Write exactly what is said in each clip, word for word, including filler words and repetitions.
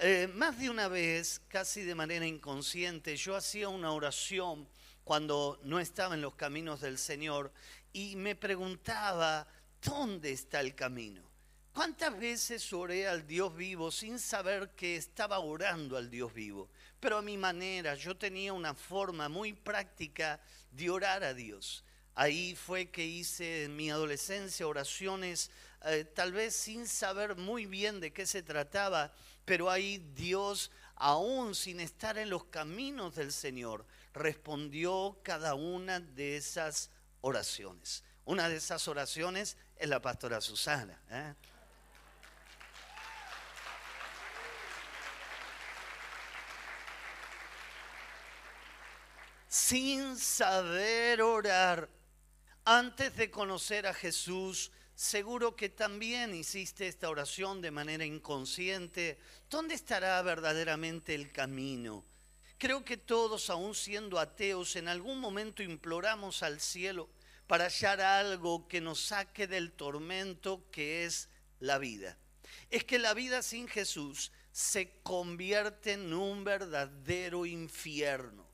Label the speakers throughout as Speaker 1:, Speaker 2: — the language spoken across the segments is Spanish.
Speaker 1: Eh, más de una vez, casi de manera inconsciente, yo hacía una oración cuando no estaba en los caminos del Señor y me preguntaba, ¿dónde está el camino? ¿Cuántas veces oré al Dios vivo sin saber que estaba orando al Dios vivo? Pero a mi manera, yo tenía una forma muy práctica de orar a Dios. Ahí fue que hice en mi adolescencia oraciones, eh, tal vez sin saber muy bien de qué se trataba, pero ahí Dios, aún sin estar en los caminos del Señor, respondió cada una de esas oraciones. Una de esas oraciones es la pastora Susana, ¿eh? Sin saber orar, antes de conocer a Jesús, seguro que también hiciste esta oración de manera inconsciente. ¿Dónde estará verdaderamente el camino? Creo que todos, aun siendo ateos, en algún momento imploramos al cielo para hallar algo que nos saque del tormento que es la vida. Es que la vida sin Jesús se convierte en un verdadero infierno.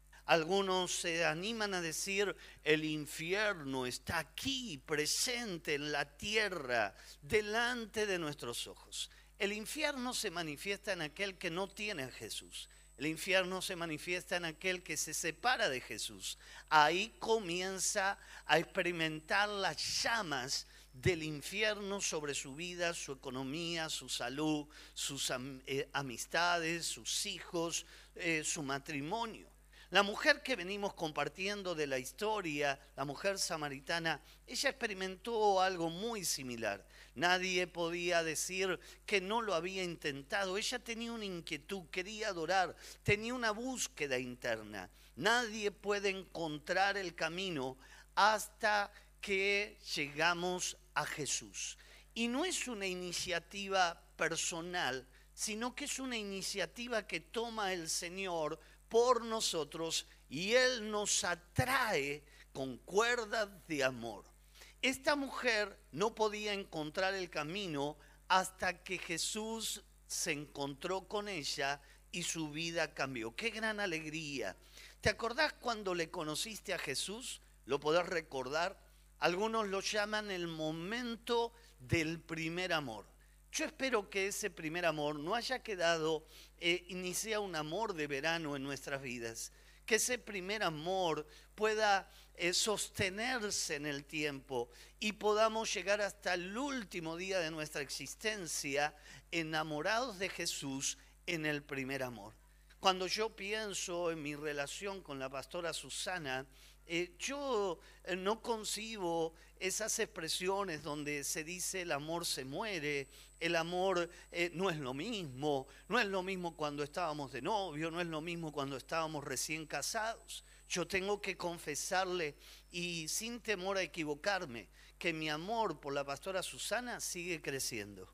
Speaker 1: Algunos se animan a decir, el infierno está aquí, presente en la tierra, delante de nuestros ojos. El infierno se manifiesta en aquel que no tiene a Jesús. El infierno se manifiesta en aquel que se separa de Jesús. Ahí comienza a experimentar las llamas del infierno sobre su vida, su economía, su salud, sus am- eh, amistades, sus hijos, eh, su matrimonio. La mujer que venimos compartiendo de la historia, la mujer samaritana, ella experimentó algo muy similar. Nadie podía decir que no lo había intentado. Ella tenía una inquietud, quería adorar, tenía una búsqueda interna. Nadie puede encontrar el camino hasta que llegamos a Jesús. Y no es una iniciativa personal, sino que es una iniciativa que toma el Señor por nosotros y Él nos atrae con cuerdas de amor. Esta mujer no podía encontrar el camino hasta que Jesús se encontró con ella y su vida cambió. ¡Qué gran alegría! ¿Te acordás cuando le conociste a Jesús? ¿Lo podés recordar? Algunos lo llaman el momento del primer amor. Yo espero que ese primer amor no haya quedado eh, ni sea un amor de verano en nuestras vidas. Que ese primer amor pueda eh, sostenerse en el tiempo y podamos llegar hasta el último día de nuestra existencia enamorados de Jesús en el primer amor. Cuando yo pienso en mi relación con la pastora Susana, eh, yo eh, no concibo esas expresiones donde se dice el amor se muere, el amor eh, no es lo mismo, no es lo mismo cuando estábamos de novio, no es lo mismo cuando estábamos recién casados. Yo tengo que confesarle, y sin temor a equivocarme, que mi amor por la pastora Susana sigue creciendo.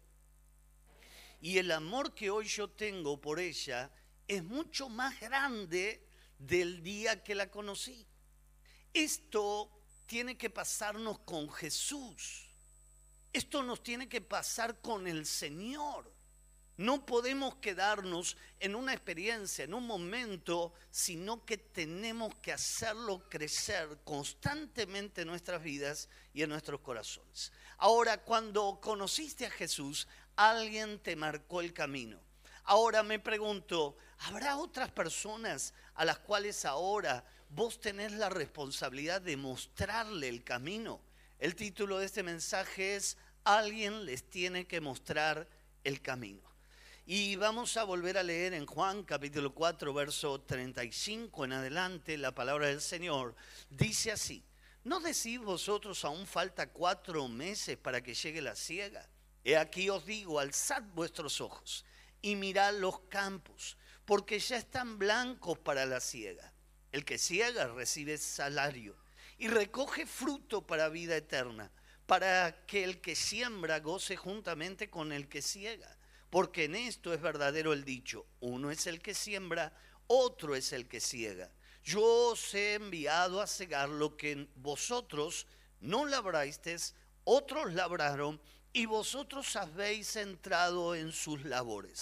Speaker 1: Y el amor que hoy yo tengo por ella es mucho más grande del día que la conocí. Esto tiene que pasarnos con Jesús. Esto nos tiene que pasar con el Señor. No podemos quedarnos en una experiencia, en un momento, sino que tenemos que hacerlo crecer constantemente en nuestras vidas y en nuestros corazones. Ahora, cuando conociste a Jesús, alguien te marcó el camino. Ahora me pregunto, ¿habrá otras personas a las cuales ahora vos tenés la responsabilidad de mostrarle el camino? El título de este mensaje es Alguien les tiene que mostrar el camino. Y vamos a volver a leer en Juan capítulo cuatro, verso treinta y cinco en adelante. La palabra del Señor dice así: ¿no decís vosotros aún falta cuatro meses para que llegue la siega? He aquí os digo, alzad vuestros ojos y mirad los campos, porque ya están blancos para la siega. El que siega recibe salario y recoge fruto para vida eterna, para que el que siembra goce juntamente con el que siega. Porque en esto es verdadero el dicho: uno es el que siembra, otro es el que siega. Yo os he enviado a segar lo que vosotros no labrasteis, otros labraron, y vosotros habéis entrado en sus labores.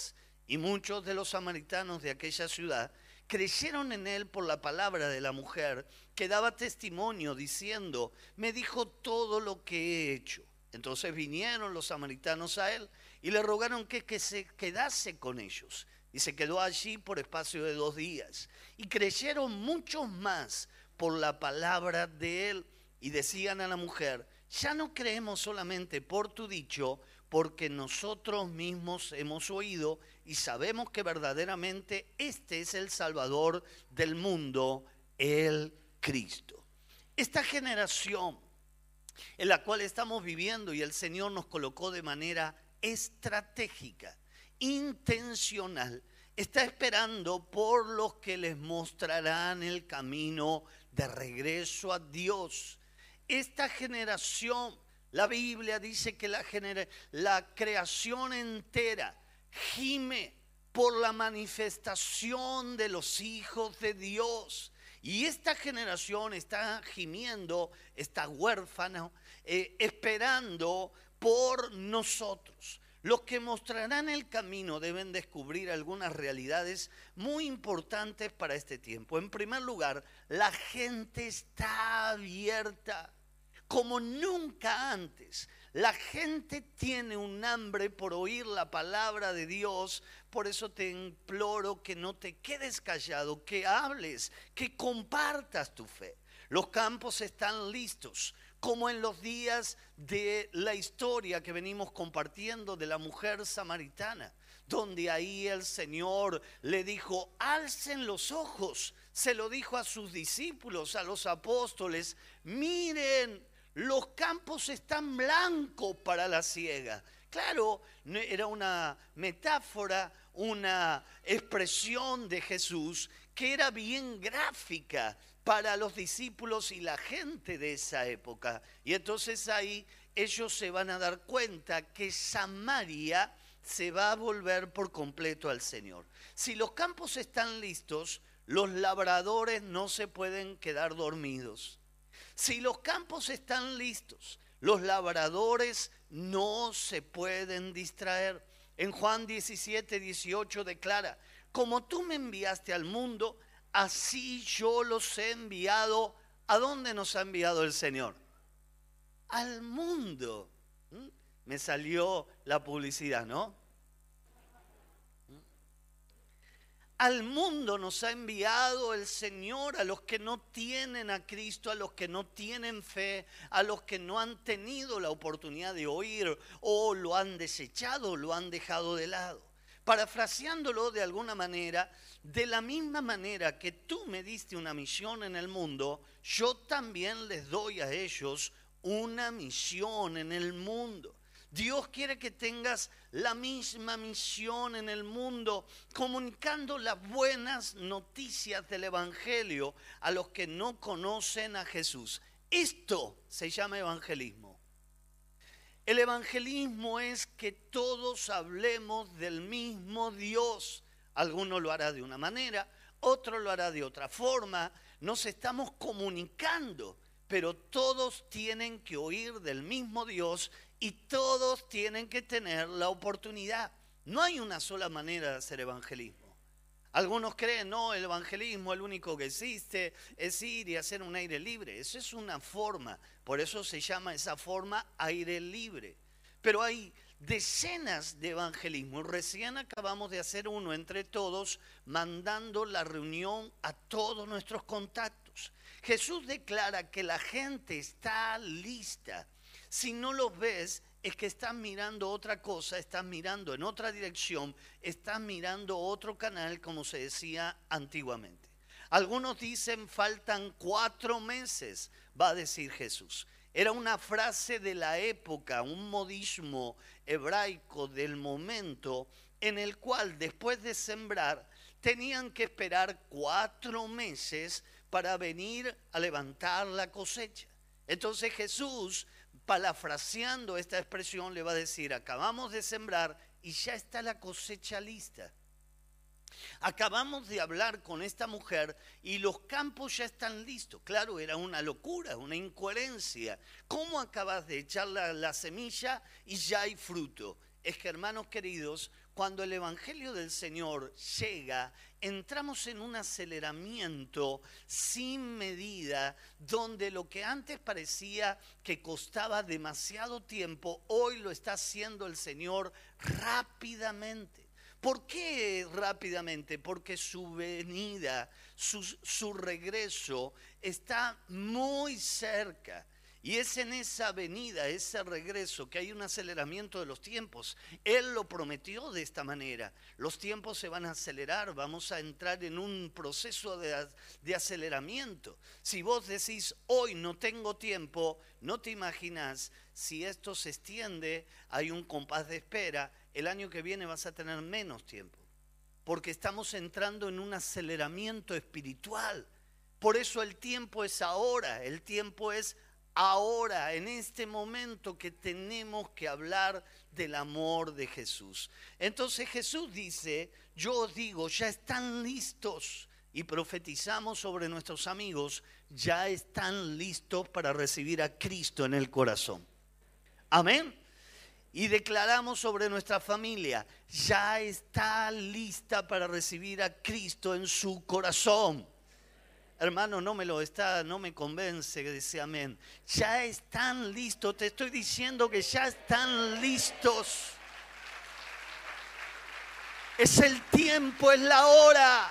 Speaker 1: Y muchos de los samaritanos de aquella ciudad creyeron en él por la palabra de la mujer, que daba testimonio diciendo: me dijo todo lo que he hecho. Entonces vinieron los samaritanos a él y le rogaron que, que se quedase con ellos. Y se quedó allí por espacio de dos días. Y creyeron muchos más por la palabra de él. Y decían a la mujer: ya no creemos solamente por tu dicho, porque nosotros mismos hemos oído y sabemos que verdaderamente este es el Salvador del mundo, el Cristo. Esta generación en la cual estamos viviendo y el Señor nos colocó de manera estratégica, intencional, está esperando por los que les mostrarán el camino de regreso a Dios. Esta generación, la Biblia dice que la, genera, la creación entera gime por la manifestación de los hijos de Dios. Y esta generación está gimiendo, está huérfana, eh, esperando por nosotros. Los que mostrarán el camino deben descubrir algunas realidades muy importantes para este tiempo. En primer lugar, la gente está abierta como nunca antes. La gente tiene un hambre por oír la palabra de Dios. Por eso te imploro que no te quedes callado, que hables, que compartas tu fe. Los campos están listos, como en los días de la historia que venimos compartiendo de la mujer samaritana, donde ahí el Señor le dijo: alcen los ojos. Se lo dijo a sus discípulos, a los apóstoles: miren, los campos están blancos para la siega. Claro, era una metáfora, una expresión de Jesús que era bien gráfica para los discípulos y la gente de esa época. Y entonces ahí ellos se van a dar cuenta que Samaria se va a volver por completo al Señor. Si los campos están listos, los labradores no se pueden quedar dormidos. Si los campos están listos, los labradores no se pueden distraer. En Juan diecisiete, dieciocho declara: como tú me enviaste al mundo, así yo los he enviado. ¿A dónde nos ha enviado el Señor? Al mundo. ¿Mm? Me salió la publicidad, ¿no? Al mundo nos ha enviado el Señor, a los que no tienen a Cristo, a los que no tienen fe, a los que no han tenido la oportunidad de oír o lo han desechado, lo han dejado de lado. Parafraseándolo de alguna manera, de la misma manera que tú me diste una misión en el mundo, yo también les doy a ellos una misión en el mundo. Dios quiere que tengas la misma misión en el mundo, comunicando las buenas noticias del Evangelio a los que no conocen a Jesús. Esto se llama evangelismo. El evangelismo es que todos hablemos del mismo Dios. Alguno lo hará de una manera, otro lo hará de otra forma. Nos estamos comunicando, pero todos tienen que oír del mismo Dios y todos tienen que tener la oportunidad. No hay una sola manera de hacer evangelismo. Algunos creen, no, el evangelismo, el único que existe es ir y hacer un aire libre. Eso es una forma, por eso se llama esa forma aire libre. Pero hay decenas de evangelismos. Recién acabamos de hacer uno entre todos, mandando la reunión a todos nuestros contactos. Jesús declara que la gente está lista. Si no los ves, es que estás mirando otra cosa, estás mirando en otra dirección, estás mirando otro canal, como se decía antiguamente. Algunos dicen: faltan cuatro meses, va a decir Jesús. Era una frase de la época, un modismo hebraico del momento, en el cual después de sembrar tenían que esperar cuatro meses para venir a levantar la cosecha. Entonces Jesús, parafraseando esta expresión, le va a decir: acabamos de sembrar y ya está la cosecha lista. Acabamos de hablar con esta mujer y los campos ya están listos. Claro, era una locura, una incoherencia. ¿Cómo acabas de echar la, la semilla y ya hay fruto? Es que, hermanos queridos, cuando el Evangelio del Señor llega, entramos en un aceleramiento sin medida, donde lo que antes parecía que costaba demasiado tiempo, hoy lo está haciendo el Señor rápidamente. ¿Por qué rápidamente? Porque su venida, su, su regreso está muy cerca. Y es en esa venida, ese regreso, que hay un aceleramiento de los tiempos. Él lo prometió de esta manera. Los tiempos se van a acelerar, vamos a entrar en un proceso de, de aceleramiento. Si vos decís, hoy no tengo tiempo, no te imaginas, si esto se extiende, hay un compás de espera, el año que viene vas a tener menos tiempo. Porque estamos entrando en un aceleramiento espiritual. Por eso el tiempo es ahora, el tiempo es ahora, en este momento que tenemos que hablar del amor de Jesús. Entonces Jesús dice, yo os digo, ya están listos, y profetizamos sobre nuestros amigos, ya están listos para recibir a Cristo en el corazón. Amén. Y declaramos sobre nuestra familia, ya está lista para recibir a Cristo en su corazón. Hermano, no me lo está, no me convence que dice amén. Ya están listos, te estoy diciendo que ya están listos. Es el tiempo, es la hora.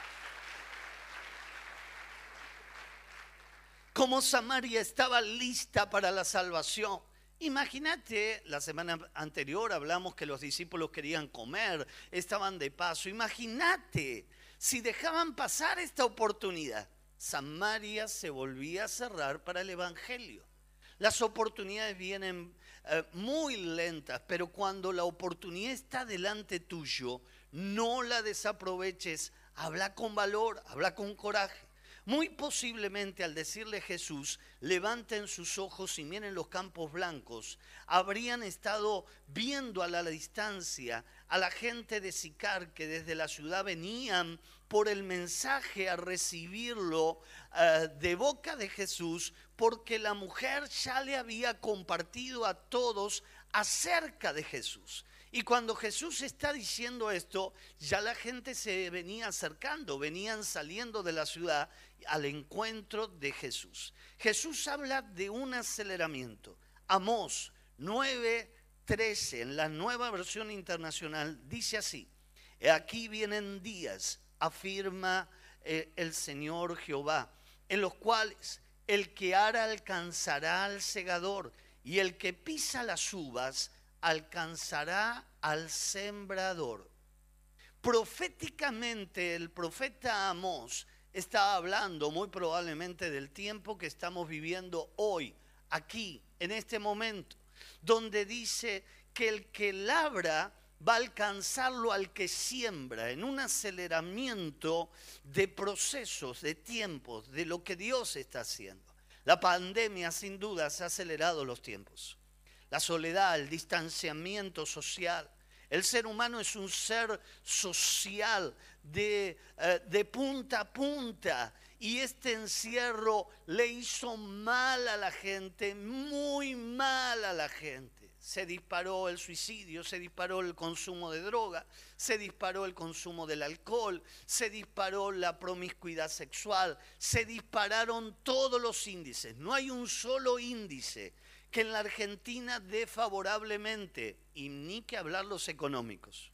Speaker 1: Como Samaria estaba lista para la salvación. Imagínate, la semana anterior hablamos que los discípulos querían comer, estaban de paso. Imagínate si dejaban pasar esta oportunidad. Samaria se volvía a cerrar para el Evangelio. Las oportunidades vienen eh, muy lentas, pero cuando la oportunidad está delante tuyo, no la desaproveches. Habla con valor, habla con coraje. Muy posiblemente al decirle Jesús, levanten sus ojos y miren los campos blancos, habrían estado viendo a la distancia a la gente de Sicar que desde la ciudad venían por el mensaje a recibirlo uh, de boca de Jesús, porque la mujer ya le había compartido a todos acerca de Jesús. Y cuando Jesús está diciendo esto, ya la gente se venía acercando, venían saliendo de la ciudad al encuentro de Jesús. Jesús habla de un aceleramiento. Amós nueve trece, en la Nueva Versión Internacional, dice así: He aquí vienen días, afirma eh, el Señor Jehová, en los cuales el que ara alcanzará al segador, y el que pisa las uvas alcanzará al sembrador. Proféticamente el profeta Amós está hablando muy probablemente del tiempo que estamos viviendo hoy, aquí, en este momento, donde dice que el que labra va a alcanzarlo al que siembra, en un aceleramiento de procesos, de tiempos, de lo que Dios está haciendo. La pandemia sin duda ha acelerado los tiempos. La soledad, el distanciamiento social. El ser humano es un ser social de, eh, de punta a punta. Y este encierro le hizo mal a la gente, muy mal a la gente. Se disparó el suicidio, se disparó el consumo de droga, se disparó el consumo del alcohol, se disparó la promiscuidad sexual, se dispararon todos los índices. No hay un solo índice que en la Argentina dé favorablemente, y ni que hablar los económicos.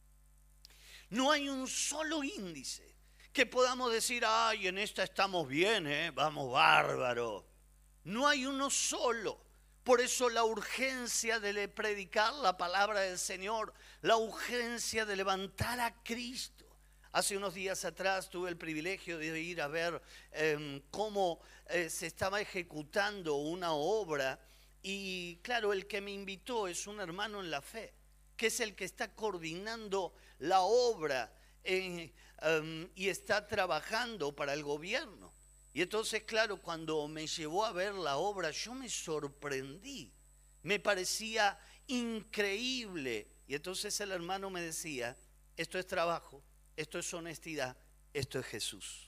Speaker 1: No hay un solo índice que podamos decir, ay, en esta estamos bien, ¿eh? Vamos bárbaro. No hay uno solo. Por eso la urgencia de predicar la palabra del Señor, la urgencia de levantar a Cristo. Hace unos días atrás tuve el privilegio de ir a ver eh, cómo eh, se estaba ejecutando una obra. Y claro, el que me invitó es un hermano en la fe, que es el que está coordinando la obra eh, um, y está trabajando para el gobierno. Y entonces, claro, cuando me llevó a ver la obra, yo me sorprendí, me parecía increíble. Y entonces el hermano me decía, esto es trabajo, esto es honestidad, esto es Jesús.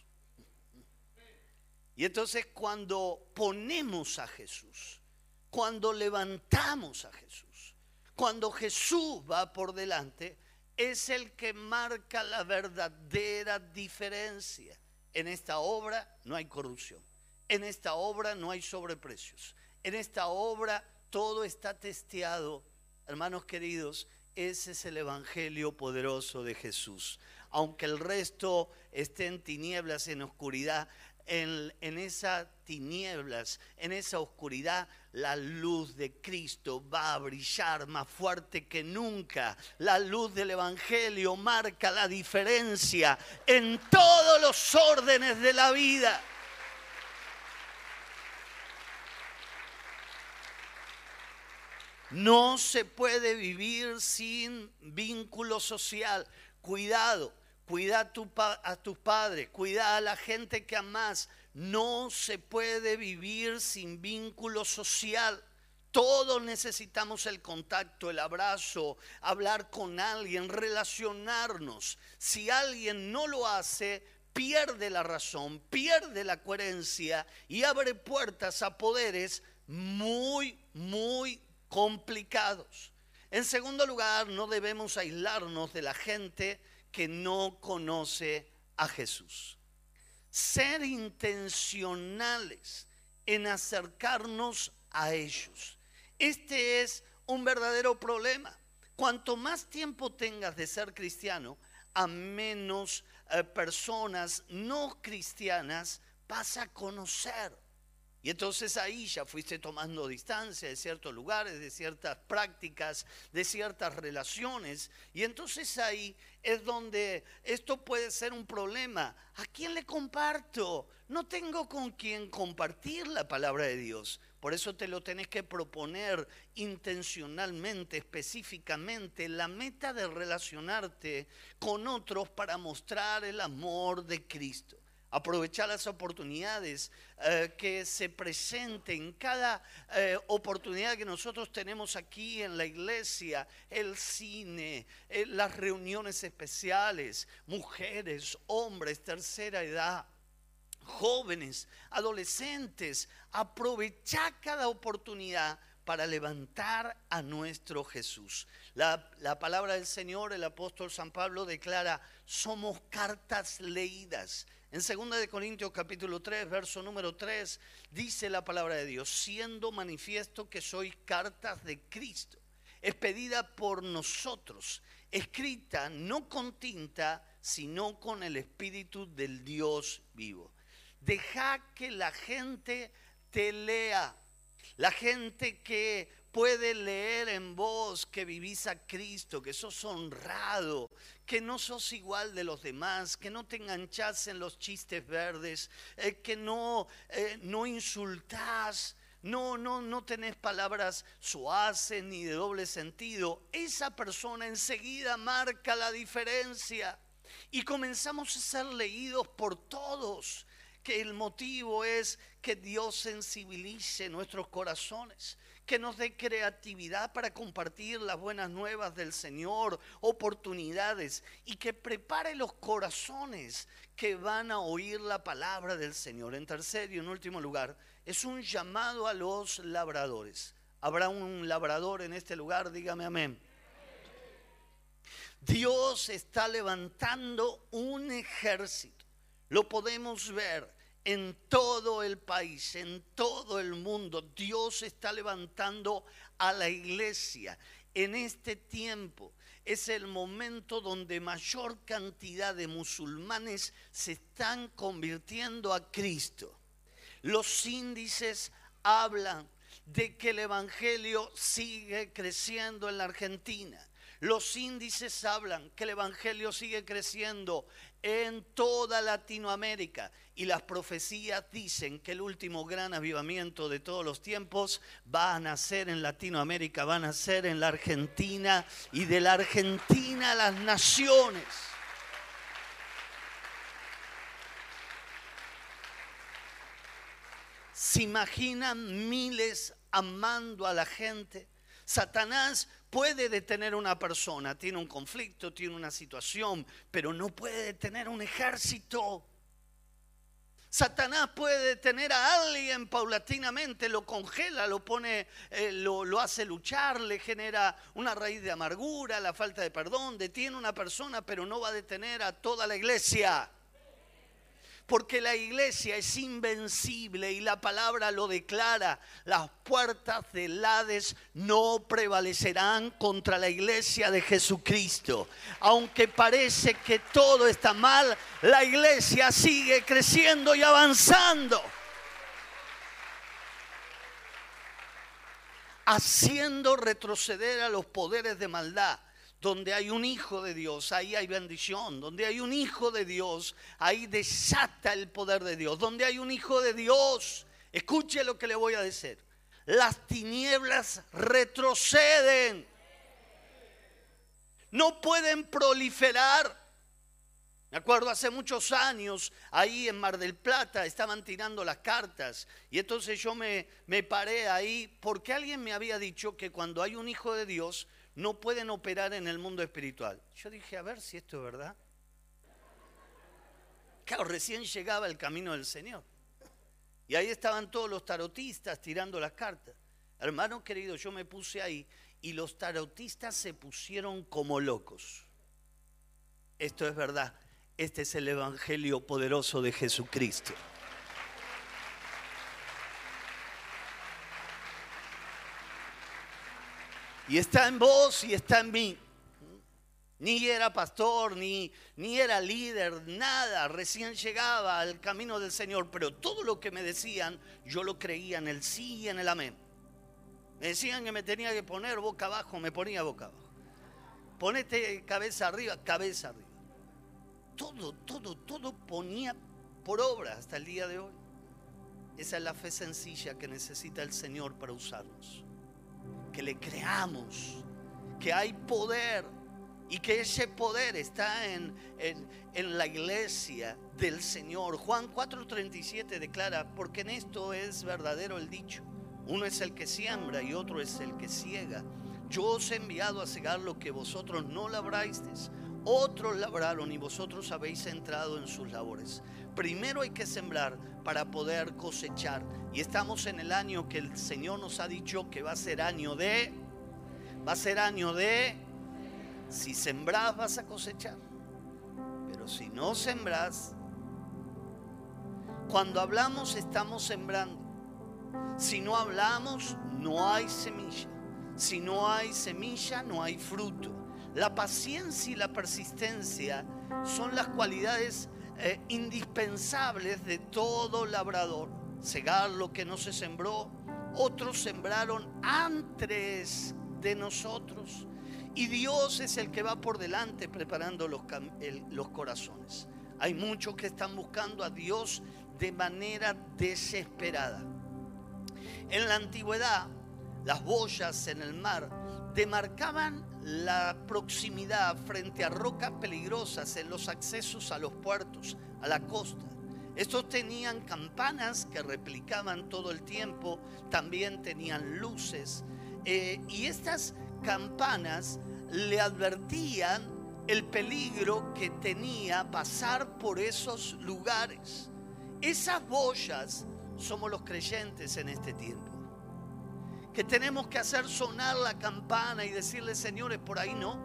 Speaker 1: Y entonces cuando ponemos a Jesús, cuando levantamos a Jesús, cuando Jesús va por delante, es el que marca la verdadera diferencia. En esta obra no hay corrupción, en esta obra no hay sobreprecios, en esta obra todo está testeado. Hermanos queridos, ese es el evangelio poderoso de Jesús. Aunque el resto esté en tinieblas, en oscuridad, en, en esas tinieblas, en esa oscuridad, la luz de Cristo va a brillar más fuerte que nunca. La luz del evangelio marca la diferencia en todos los órdenes de la vida. No se puede vivir sin vínculo social. Cuidado, cuida a, tu, a tus padres, cuida a la gente que amás. No se puede vivir sin vínculo social. Todos necesitamos el contacto, el abrazo, hablar con alguien, relacionarnos. Si alguien no lo hace, pierde la razón, pierde la coherencia y abre puertas a poderes muy, muy complicados. En segundo lugar, no debemos aislarnos de la gente que no conoce a Jesús. Ser intencionales en acercarnos a ellos. Este es un verdadero problema. Cuanto más tiempo tengas de ser cristiano, a menos eh, personas no cristianas vas a conocer. Y entonces ahí ya fuiste tomando distancia de ciertos lugares, de ciertas prácticas, de ciertas relaciones. Y entonces ahí es donde esto puede ser un problema. ¿A quién le comparto? No tengo con quién compartir la palabra de Dios. Por eso te lo tenés que proponer intencionalmente, específicamente, la meta de relacionarte con otros para mostrar el amor de Cristo. Aprovechar las oportunidades eh, que se presenten, cada eh, oportunidad que nosotros tenemos aquí en la iglesia, el cine, eh, las reuniones especiales, mujeres, hombres, tercera edad, jóvenes, adolescentes. Aprovechar cada oportunidad para levantar a nuestro Jesús. La, la palabra del Señor, el apóstol San Pablo declara, somos cartas leídas. En segunda de Corintios capítulo tres, verso número tres, dice la palabra de Dios, siendo manifiesto que sois cartas de Cristo, expedida por nosotros, escrita no con tinta, sino con el Espíritu del Dios vivo. Deja que la gente te lea. La gente que puede leer en vos que vivís a Cristo, que sos honrado, que no sos igual de los demás, que no te enganchás en los chistes verdes, eh, que no, eh, no insultás, no, no, no tenés palabras suaces ni de doble sentido. Esa persona enseguida marca la diferencia y comenzamos a ser leídos por todos. Que el motivo es que Dios sensibilice nuestros corazones, que nos dé creatividad para compartir las buenas nuevas del Señor, oportunidades, y que prepare los corazones que van a oír la palabra del Señor. En tercer y en último lugar, es un llamado a los labradores. ¿Habrá un labrador en este lugar? Dígame amén. Dios está levantando un ejército. Lo podemos ver en todo el país, en todo el mundo. Dios está levantando a la iglesia. En este tiempo es el momento donde mayor cantidad de musulmanes se están convirtiendo a Cristo. Los índices hablan de que el evangelio sigue creciendo en la Argentina. Los índices hablan que el evangelio sigue creciendo en toda Latinoamérica y las profecías dicen que el último gran avivamiento de todos los tiempos va a nacer en Latinoamérica, va a nacer en la Argentina y de la Argentina a las naciones. ¿Se imaginan miles amando a la gente? Satanás puede detener a una persona, tiene un conflicto, tiene una situación, pero no puede detener un ejército. Satanás puede detener a alguien paulatinamente, lo congela, lo pone, eh, lo, lo hace luchar, le genera una raíz de amargura, la falta de perdón, detiene a una persona, pero no va a detener a toda la iglesia. Porque la iglesia es invencible y la palabra lo declara. Las puertas del Hades no prevalecerán contra la iglesia de Jesucristo. Aunque parece que todo está mal, la iglesia sigue creciendo y avanzando. Haciendo retroceder a los poderes de maldad. Donde hay un hijo de Dios, ahí hay bendición. Donde hay un hijo de Dios, ahí desata el poder de Dios. Donde hay un hijo de Dios, escuche lo que le voy a decir. Las tinieblas retroceden. No pueden proliferar. Me acuerdo hace muchos años, ahí en Mar del Plata, estaban tirando las cartas. Y entonces yo me, me paré ahí porque alguien me había dicho que cuando hay un hijo de Dios, no pueden operar en el mundo espiritual. Yo dije, a ver si esto es verdad. Claro, recién llegaba el camino del Señor. Y ahí estaban todos los tarotistas tirando las cartas. Hermano querido, yo me puse ahí y los tarotistas se pusieron como locos. Esto es verdad. Este es el evangelio poderoso de Jesucristo. Y está en vos y está en mí. Ni era pastor, ni, ni era líder, nada. Recién llegaba al camino del Señor. Pero todo lo que me decían, yo lo creía en el sí y en el amén. Me decían que me tenía que poner boca abajo, me ponía boca abajo. Ponete cabeza arriba, cabeza arriba. Todo, todo, todo ponía por obra hasta el día de hoy. Esa es la fe sencilla que necesita el Señor para usarnos. Que le creamos, que hay poder y que ese poder está en, en, en la iglesia del Señor. Juan cuatro treinta y siete declara, porque en esto es verdadero el dicho, uno es el que siembra y otro es el que ciega. Yo os he enviado a cegar lo que vosotros no labrasteis, otros labraron y vosotros habéis entrado en sus labores. Primero hay que sembrar para poder cosechar. Y estamos en el año que el Señor nos ha dicho que va a ser año de, va a ser año de, si sembrás vas a cosechar. Pero si no sembrás, cuando hablamos estamos sembrando. Si no hablamos, no hay semilla. Si no hay semilla, no hay fruto. La paciencia y la persistencia son las cualidades eh, indispensables de todo labrador. Cegar lo que no se sembró, otros sembraron antes de nosotros. Y Dios es el que va por delante preparando los, el, los corazones. Hay muchos que están buscando a Dios de manera desesperada. En la antigüedad, las boyas en el mar demarcaban la proximidad frente a rocas peligrosas en los accesos a los puertos, a la costa. Estos tenían campanas que replicaban todo el tiempo, también tenían luces, eh, y estas campanas le advertían el peligro que tenía pasar por esos lugares. Esas boyas somos los creyentes en este tiempo, que tenemos que hacer sonar la campana y decirle, señores, por ahí no.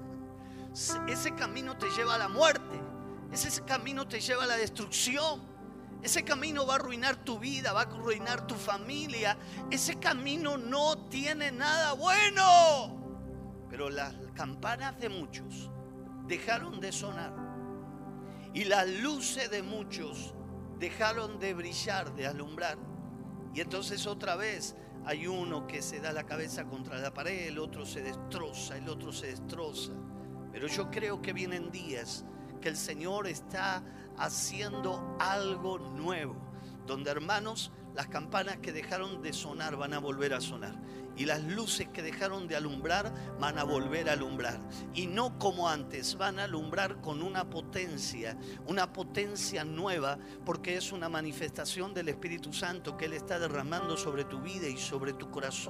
Speaker 1: Ese camino te lleva a la muerte. Ese camino te lleva a la destrucción. Ese camino va a arruinar tu vida, va a arruinar tu familia. Ese camino no tiene nada bueno. Pero las campanas de muchos dejaron de sonar. Y las luces de muchos dejaron de brillar, de alumbrar. Y entonces otra vez hay uno que se da la cabeza contra la pared, el otro se destroza, el otro se destroza. Pero yo creo que vienen días que el Señor está haciendo algo nuevo, donde, hermanos, las campanas que dejaron de sonar van a volver a sonar. Y las luces que dejaron de alumbrar van a volver a alumbrar. Y no como antes, van a alumbrar con una potencia, una potencia nueva, porque es una manifestación del Espíritu Santo que Él está derramando sobre tu vida y sobre tu corazón.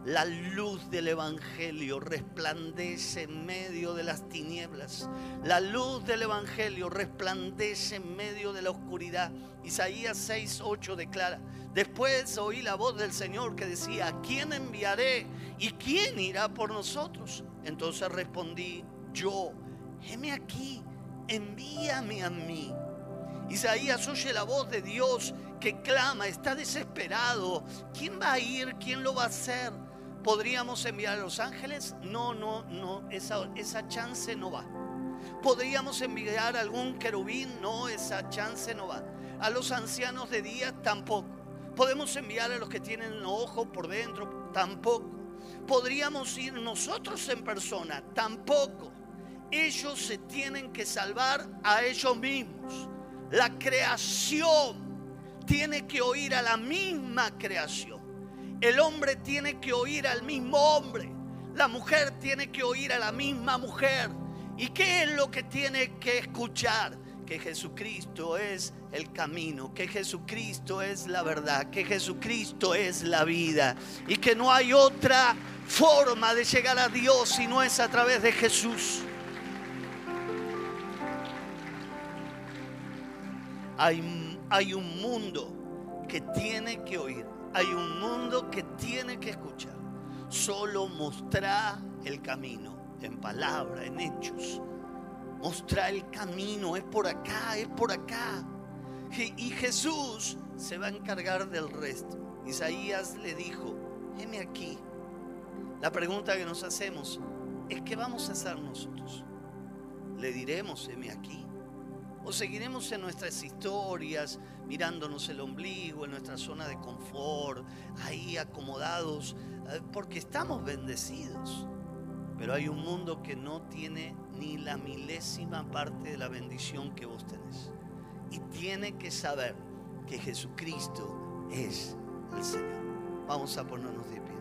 Speaker 1: La luz del Evangelio resplandece en medio de las tinieblas. La luz del Evangelio resplandece en medio de la oscuridad. Isaías seis ocho declara: después oí la voz del Señor que decía: ¿a quién enviaré? ¿Y quién irá por nosotros? Entonces respondí yo: heme aquí, envíame a mí. Isaías oye la voz de Dios que clama, está desesperado. ¿Quién va a ir? ¿Quién lo va a hacer? ¿Podríamos enviar a los ángeles? No, no, no, esa, esa chance no va. ¿Podríamos enviar a algún querubín? No, esa chance no va. A los ancianos de día tampoco. ¿Podemos enviar a los que tienen ojo por dentro? Tampoco. ¿Podríamos ir nosotros en persona? Tampoco. Ellos se tienen que salvar a ellos mismos. La creación tiene que oír a la misma creación. El hombre tiene que oír al mismo hombre. La mujer tiene que oír a la misma mujer. ¿Y qué es lo que tiene que escuchar? Que Jesucristo es el camino, que Jesucristo es la verdad, que Jesucristo es la vida y que no hay otra forma de llegar a Dios si no es a través de Jesús. Hay, hay un mundo que tiene que oír. Hay un mundo que tiene que escuchar. Solo mostrar el camino, en palabra, en hechos. Mostrar el camino, es por acá, es por acá. Y Jesús se va a encargar del resto. Isaías le dijo: heme aquí. La pregunta que nos hacemos es: ¿qué vamos a hacer nosotros? ¿Le diremos heme aquí? ¿O seguiremos en nuestras historias, mirándonos el ombligo, en nuestra zona de confort, ahí acomodados, porque estamos bendecidos? Pero hay un mundo que no tiene ni la milésima parte de la bendición que vos tenés. Y tiene que saber que Jesucristo es el Señor. Vamos a ponernos de pie.